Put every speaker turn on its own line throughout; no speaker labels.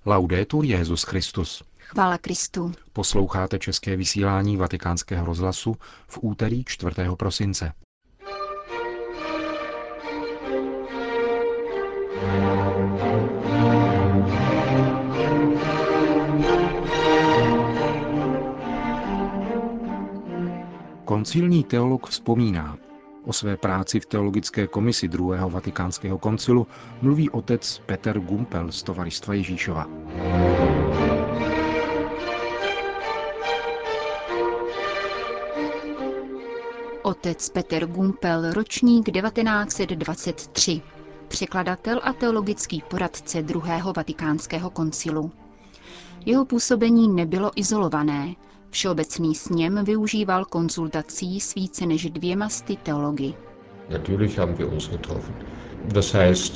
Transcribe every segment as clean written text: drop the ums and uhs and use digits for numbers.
Laudetur Jesus Christus.
Chvála Kristu.
Posloucháte české vysílání Vatikánského rozhlasu v úterý 4. prosince. Koncilní teolog vzpomíná. O své práci v teologické komisi druhého vatikánského koncilu mluví otec Peter Gumpel z Tovaristva Ježíšova.
Otec Peter Gumpel, ročník 1923, překladatel a teologický poradce druhého vatikánského koncilu. Jeho působení nebylo izolované. Všeobecný sněm využíval konzultací s více než 200 teology.
Natürlich haben wir uns getroffen. Das heißt,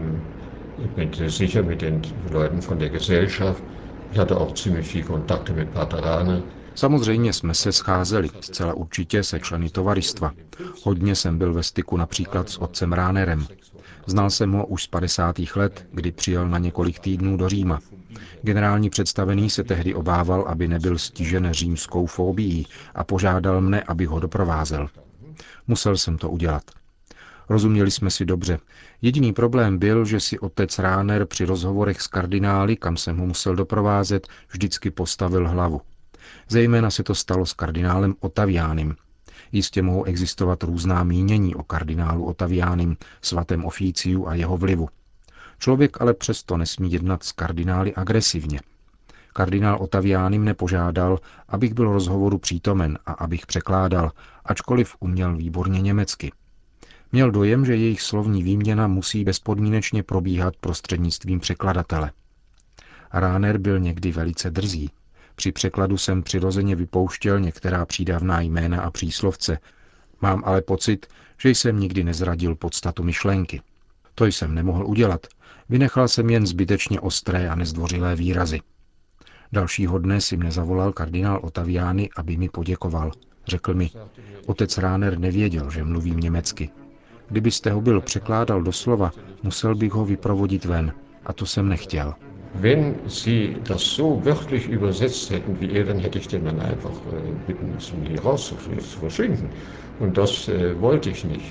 sicher mit den Leuten von der Gesellschaft. Ich hatte auch ziemlich viel Kontakte mit Pater Rahner.
Samozřejmě jsme se scházeli, zcela určitě se členy tovaristva. Hodně jsem byl ve styku například s otcem Ránerem. Znal jsem ho už z 50. let, kdy přijel na několik týdnů do Říma. Generální představený se tehdy obával, aby nebyl stižen římskou fóbií a požádal mne, abych ho doprovázel. Musel jsem to udělat. Rozuměli jsme si dobře. Jediný problém byl, že si otec Ráner při rozhovorech s kardinály, kam jsem ho musel doprovázet, vždycky postavil hlavu. Zejména se to stalo s kardinálem Ottavianem. Jistě mohou existovat různá mínění o kardinálu Ottavianem, svatém Oficiu a jeho vlivu. Člověk ale přesto nesmí jednat s kardinály agresivně. Kardinál Ottavianem nepožádal, abych byl rozhovoru přítomen a abych překládal, ačkoliv uměl výborně německy. Měl dojem, že jejich slovní výměna musí bezpodmínečně probíhat prostřednictvím překladatele. Ráner byl někdy velice drzý. Při překladu jsem přirozeně vypouštěl některá přídavná jména a příslovce. Mám ale pocit, že jsem nikdy nezradil podstatu myšlenky. To jsem nemohl udělat. Vynechal jsem jen zbytečně ostré a nezdvořilé výrazy. Dalšího dne si mne zavolal kardinál Ottaviani, aby mi poděkoval. Řekl mi, otec Ráner nevěděl, že mluvím německy. Kdybyste ho byl překládal doslova, musel bych ho vyprovodit ven. A to jsem nechtěl.
Wenn Sie das so wörtlich übersetzt hätten wie dann hätte ich den Mann einfach bitten müssen, hier raus zu verschwinden. Und das wollte ich nicht.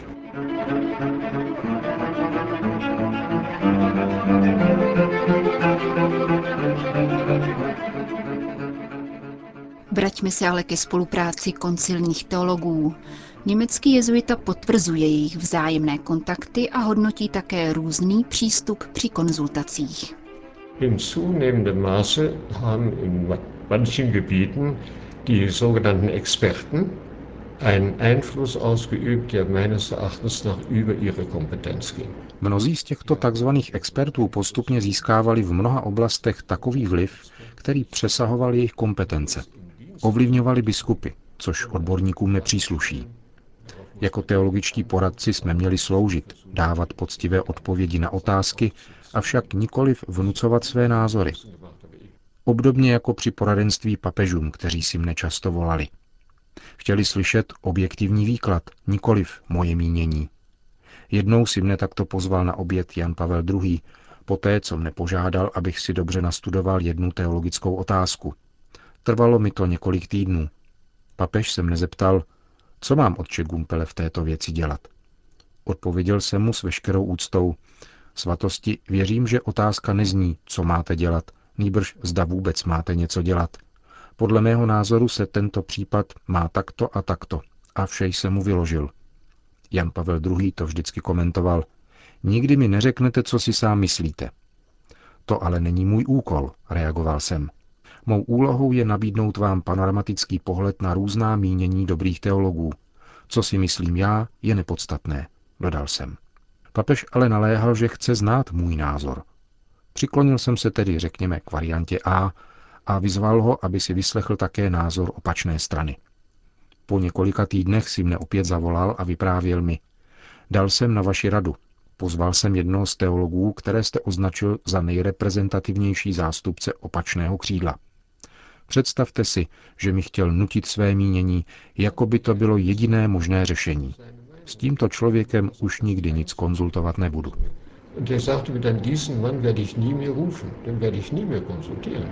Vraťme se ale ke spolupráci koncilních teologů. Německý jezuita potvrzuje jejich vzájemné kontakty a hodnotí také různý přístup při konzultacích.
In zunehmendem Maße haben in manchen Gebieten die sogenannten Experten einen Einfluss ausgeübt, der meines Erachtens nach über ihre Kompetenz ging.
Mnozí z těchto takzvaných expertů postupně získávali v mnoha oblastech takový vliv, který přesahoval jejich kompetence. Ovlivňovali biskupy, což odborníkům nepřísluší. Jako teologičtí poradci jsme měli sloužit, dávat poctivé odpovědi na otázky, avšak nikoliv vnucovat své názory. Obdobně jako při poradenství papežům, kteří si mne často volali. Chtěli slyšet objektivní výklad, nikoliv moje mínění. Jednou si mne takto pozval na oběd Jan Pavel II., poté, co mne požádal, abych si dobře nastudoval jednu teologickou otázku. Trvalo mi to několik týdnů. Papež se mne zeptal, co mám, otče Gumpele, v této věci dělat. Odpověděl jsem mu s veškerou úctou. Svatosti, věřím, že otázka nezní, co máte dělat, nýbrž zda vůbec máte něco dělat. Podle mého názoru se tento případ má takto a takto. A vše jsem mu vyložil. Jan Pavel II. To vždycky komentoval. Nikdy mi neřeknete, co si sám myslíte. To ale není můj úkol, reagoval jsem. Mou úlohou je nabídnout vám panoramatický pohled na různá mínění dobrých teologů. Co si myslím já, je nepodstatné, dodal jsem. Papež ale naléhal, že chce znát můj názor. Přiklonil jsem se tedy, řekněme, k variantě a vyzval ho, aby si vyslechl také názor opačné strany. Po několika týdnech si mne opět zavolal a vyprávěl mi. Dal jsem na vaši radu. Pozval jsem jednoho z teologů, které jste označil za nejreprezentativnější zástupce opačného křídla. Představte si, že mi chtěl nutit své mínění, jako by to bylo jediné možné řešení. S tímto člověkem už nikdy nic konzultovat nebudu.
Und er sagte mir dann, diesen Mann werde ich nie mehr rufen, den werde ich nie mehr konsultieren.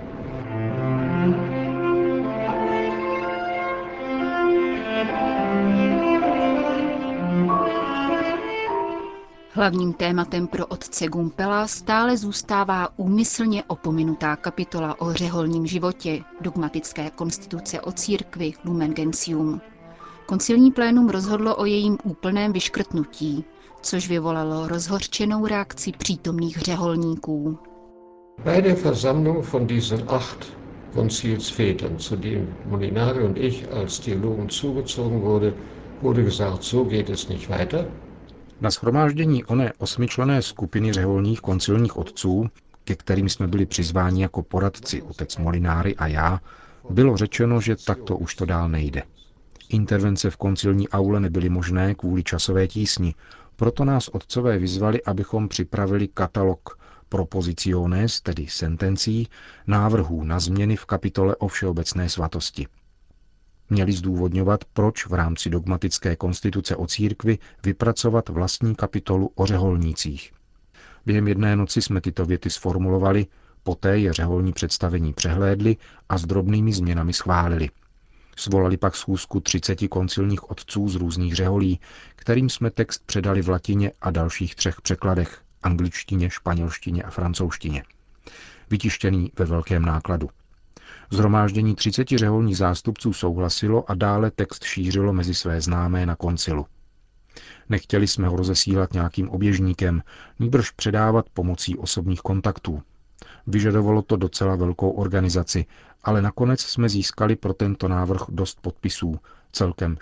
Hlavním tématem pro otce Gumpela stále zůstává úmyslně opominutá kapitola o řeholním životě dogmatické konstituce o církvi Lumen Gentium. Koncilní plénum rozhodlo o jejím úplném vyškrtnutí, což vyvolalo rozhořčenou reakci přítomných řeholníků.
Bei der Versammlung von diesen 8 Konzilsvätern, zu denen Molinari und ich als Theologen zugezogen wurde gesagt, so geht es nicht weiter.
Na shromáždění oné 8členné skupiny řeholních koncilních otců, ke kterým jsme byli přizváni jako poradci otec Molinari a já, bylo řečeno, že takto už to dál nejde. Intervence v koncilní aule nebyly možné kvůli časové tísni, proto nás otcové vyzvali, abychom připravili katalog propositiones, tedy sentencí, návrhů na změny v kapitole o všeobecné svatosti. Měli zdůvodňovat, proč v rámci dogmatické konstituce o církvi vypracovat vlastní kapitolu o řeholnících. Během jedné noci jsme tyto věty sformulovali, poté je řeholní představení přehlédli a s drobnými změnami schválili. Svolali pak schůzku 30 koncilních otců z různých řeholí, kterým jsme text předali v latině a dalších 3 překladech, angličtině, španělštině a francouzštině. Vytištěný ve velkém nákladu. Shromáždění 30 řeholních zástupců souhlasilo a dále text šířilo mezi své známé na koncilu. Nechtěli jsme ho rozesílat nějakým oběžníkem, nýbrž předávat pomocí osobních kontaktů. Vyžadovalo to docela velkou organizaci, ale nakonec jsme získali pro tento návrh dost podpisů, celkem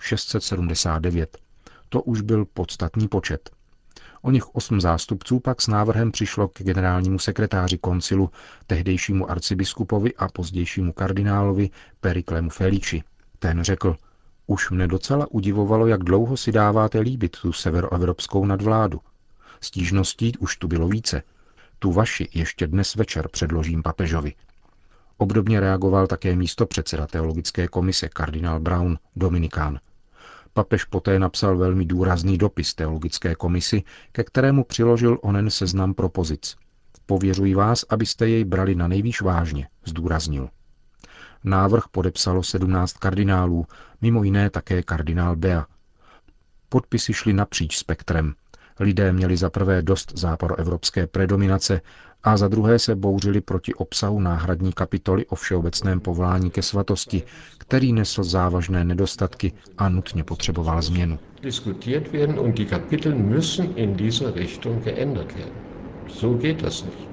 679. To už byl podstatný počet. Oněch 8 zástupců pak s návrhem přišlo k generálnímu sekretáři koncilu, tehdejšímu arcibiskupovi a pozdějšímu kardinálovi Periclemu Felici. Ten řekl, už mne docela udivovalo, jak dlouho si dáváte líbit tu severoevropskou nadvládu. Stížností už tu bylo více. Tu vaši ještě dnes večer předložím papežovi. Obdobně reagoval také místopředseda teologické komise kardinál Brown, dominikán. Papež poté napsal velmi důrazný dopis teologické komisi, ke kterému přiložil onen seznam propozic. Pověřuji vás, abyste jej brali na nejvýš vážně, zdůraznil. Návrh podepsalo 17 kardinálů, mimo jiné také kardinál Bea. Podpisy šly napříč spektrem. Lidé měli za prvé dost západoevropské predominace a za druhé se bouřili proti obsahu náhradní kapitoly o všeobecném povolání ke svatosti, který nesl závažné nedostatky a nutně potřeboval změnu.
Diskutiert werden und die Kapitel müssen in dieser Richtung geändert werden. So geht das nicht.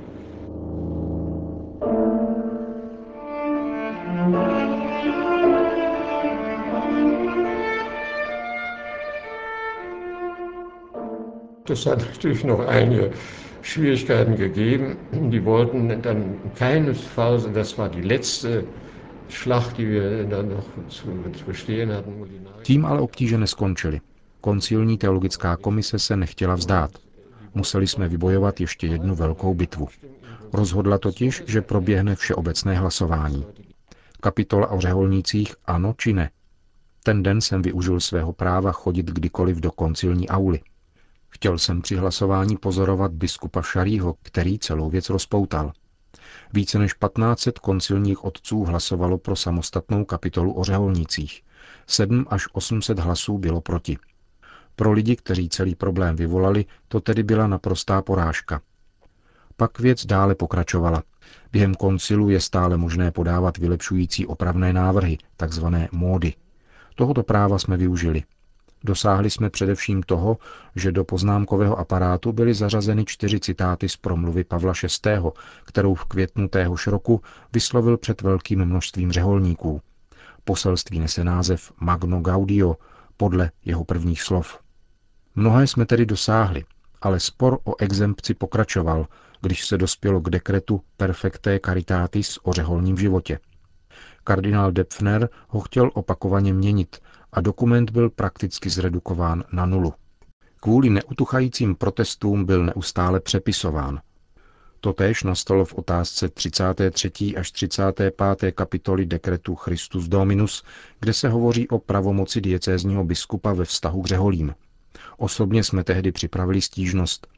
Das hat natürlich noch einige Schwierigkeiten gegeben. Die wollten dann keinesfalls, das war die letzte Schlacht, die wir dann noch zu bestehen hatten.
Tím ale obtíže neskončily. Koncilní teologická komise se nechtěla vzdát. Museli jsme vybojovat ještě jednu velkou bitvu. Rozhodla totiž, že proběhne všeobecné hlasování. Kapitola o řeholnících ano či ne. Ten den jsem využil svého práva chodit kdykoliv do koncilní auly. Chtěl jsem při hlasování pozorovat biskupa Šarího, který celou věc rozpoutal. Více než 1500 koncilních otců hlasovalo pro samostatnou kapitolu o řeholnících. 7 až 800 hlasů bylo proti. Pro lidi, kteří celý problém vyvolali, to tedy byla naprostá porážka. Pak věc dále pokračovala. Během koncilu je stále možné podávat vylepšující opravné návrhy, takzvané módy. Tohoto práva jsme využili. Dosáhli jsme především toho, že do poznámkového aparátu byly zařazeny 4 citáty z promluvy Pavla VI., kterou v květnu téhož roku vyslovil před velkým množstvím řeholníků. Poselství nese název Magno Gaudio, podle jeho prvních slov. Mnohé jsme tedy dosáhli, ale spor o exempci pokračoval, když se dospělo k dekretu Perfectae Caritatis o řeholním životě. Kardinál Depfner ho chtěl opakovaně měnit a dokument byl prakticky zredukován na nulu. Kvůli neutuchajícím protestům byl neustále přepisován. Totéž nastalo v otázce 33. až 35. kapitoly dekretu Christus Dominus, kde se hovoří o pravomoci diecézního biskupa ve vztahu k řeholím. Osobně jsme tehdy připravili stížnost.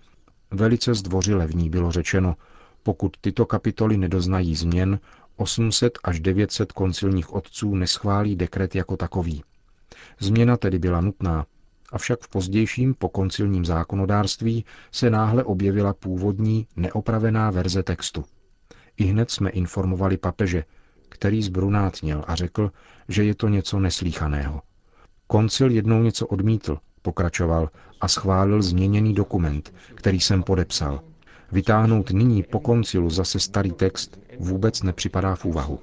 Velice zdvořile v ní bylo řečeno, pokud tyto kapitoly nedoznají změn, 800 až 900 koncilních otců neschválí dekret jako takový. Změna tedy byla nutná, avšak v pozdějším pokoncilním zákonodárství se náhle objevila původní neopravená verze textu. Ihned jsme informovali papeže, který zbrunátněl a řekl, že je to něco neslíchaného. Koncil jednou něco odmítl, pokračoval a schválil změněný dokument, který jsem podepsal. Vytáhnout nyní po koncilu zase starý text vůbec nepřipadá v úvahu.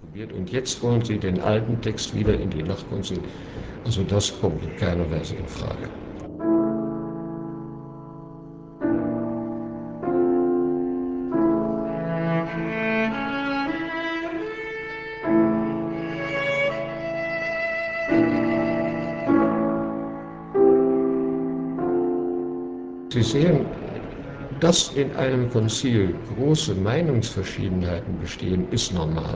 Sie sehen, dass in einem Konzil große Meinungsverschiedenheiten bestehen, ist normal.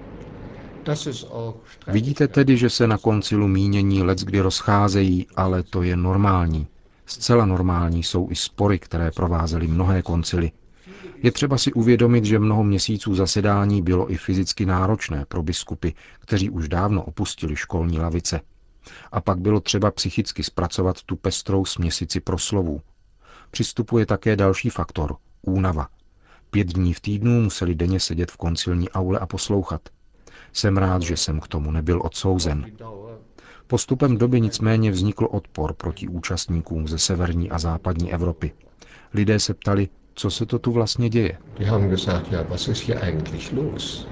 Vidíte tedy, že se na koncilu mínění leckdy rozcházejí, ale to je normální. Zcela normální jsou i spory, které provázely mnohé koncily. Je třeba si uvědomit, že mnoho měsíců zasedání bylo i fyzicky náročné pro biskupy, kteří už dávno opustili školní lavice. A pak bylo třeba psychicky zpracovat tu pestrou směsici proslovů. Přistupuje také další faktor – únava. 5 dní v týdnu museli denně sedět v koncilní aule a poslouchat. Jsem rád, že jsem k tomu nebyl odsouzen. Postupem doby nicméně vznikl odpor proti účastníkům ze severní a západní Evropy. Lidé se ptali, co se to tu vlastně děje.
Die haben gesagt, ja, was ist hier eigentlich los?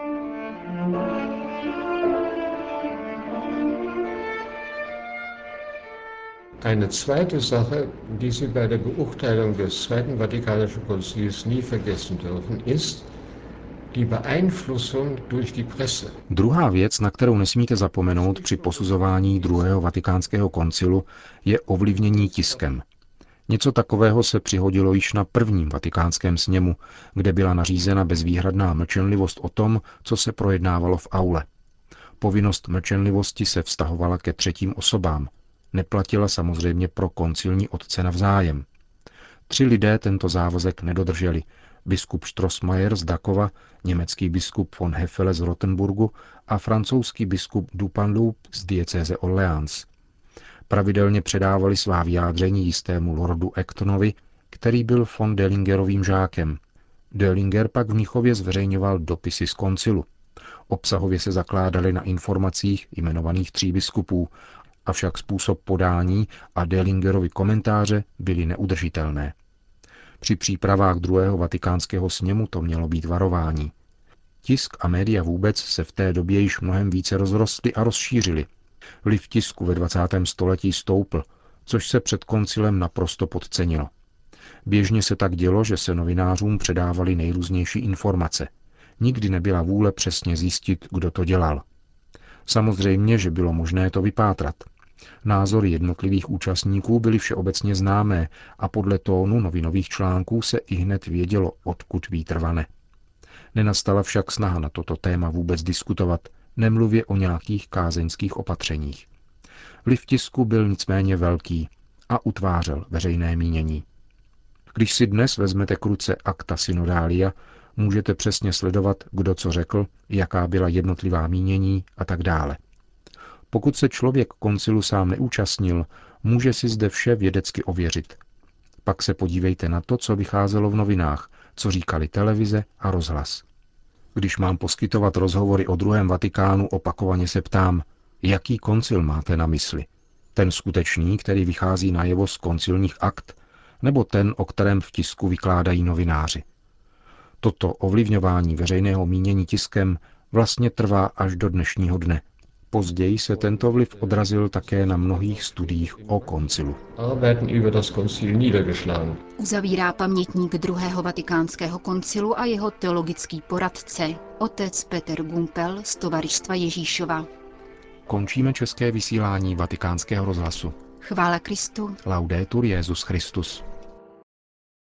Eine zweite Sache, die Sie bei der Beurteilung des Zweiten Vatikanischen Konzils nie vergessen dürfen, ist die Beeinflussung durch die Presse.
Druhá věc, na kterou nesmíte zapomenout při posuzování druhého vatikánského koncilu, je ovlivnění tiskem. Něco takového se přihodilo již na prvním vatikánském sněmu, kde byla nařízena bezvýhradná mlčenlivost o tom, co se projednávalo v aule. Povinnost mlčenlivosti se vztahovala ke třetím osobám. Neplatila samozřejmě pro koncilní otce navzájem. 3 lidé tento závazek nedodrželi. Biskup Strossmayer z Dakova, německý biskup von Hefele z Rottenburgu a francouzský biskup Dupanloup z diecéze Orléans. Pravidelně předávali svá vyjádření jistému lordu Actonovi, který byl von Dellingerovým žákem. Dellinger pak v Mnichově zveřejňoval dopisy z koncilu. Obsahově se zakládaly na informacích jmenovaných 3 biskupů, avšak způsob podání a Dellingerovy komentáře byly neudržitelné. Při přípravách druhého vatikánského sněmu to mělo být varování. Tisk a média vůbec se v té době již mnohem více rozrostly a rozšířily. Vliv tisku ve 20. století stoupl, což se před koncilem naprosto podcenilo. Běžně se tak dělo, že se novinářům předávaly nejrůznější informace. Nikdy nebyla vůle přesně zjistit, kdo to dělal. Samozřejmě, že bylo možné to vypátrat. Názory jednotlivých účastníků byly všeobecně známé a podle tónu novinových článků se ihned vědělo, odkud vítr vane. Nenastala však snaha na toto téma vůbec diskutovat, nemluvě o nějakých kázeňských opatřeních. Vliv tisku byl nicméně velký a utvářel veřejné mínění. Když si dnes vezmete k ruce Acta Synodalia, můžete přesně sledovat, kdo co řekl, jaká byla jednotlivá mínění a tak dále. Pokud se člověk koncilu sám neúčastnil, může si zde vše vědecky ověřit. Pak se podívejte na to, co vycházelo v novinách, co říkali televize a rozhlas. Když mám poskytovat rozhovory o druhém Vatikánu, opakovaně se ptám, jaký koncil máte na mysli? Ten skutečný, který vychází najevo z koncilních akt, nebo ten, o kterém v tisku vykládají novináři? Toto ovlivňování veřejného mínění tiskem vlastně trvá až do dnešního dne. Později se tento vliv odrazil také na mnohých studiích o koncilu.
Uzavírá pamětník druhého vatikánského koncilu a jeho teologický poradce, otec Peter Gumpel z Tovaristva Ježíšova.
Končíme české vysílání Vatikánského rozhlasu.
Chvála Kristu.
Laudetur Jesus Christus.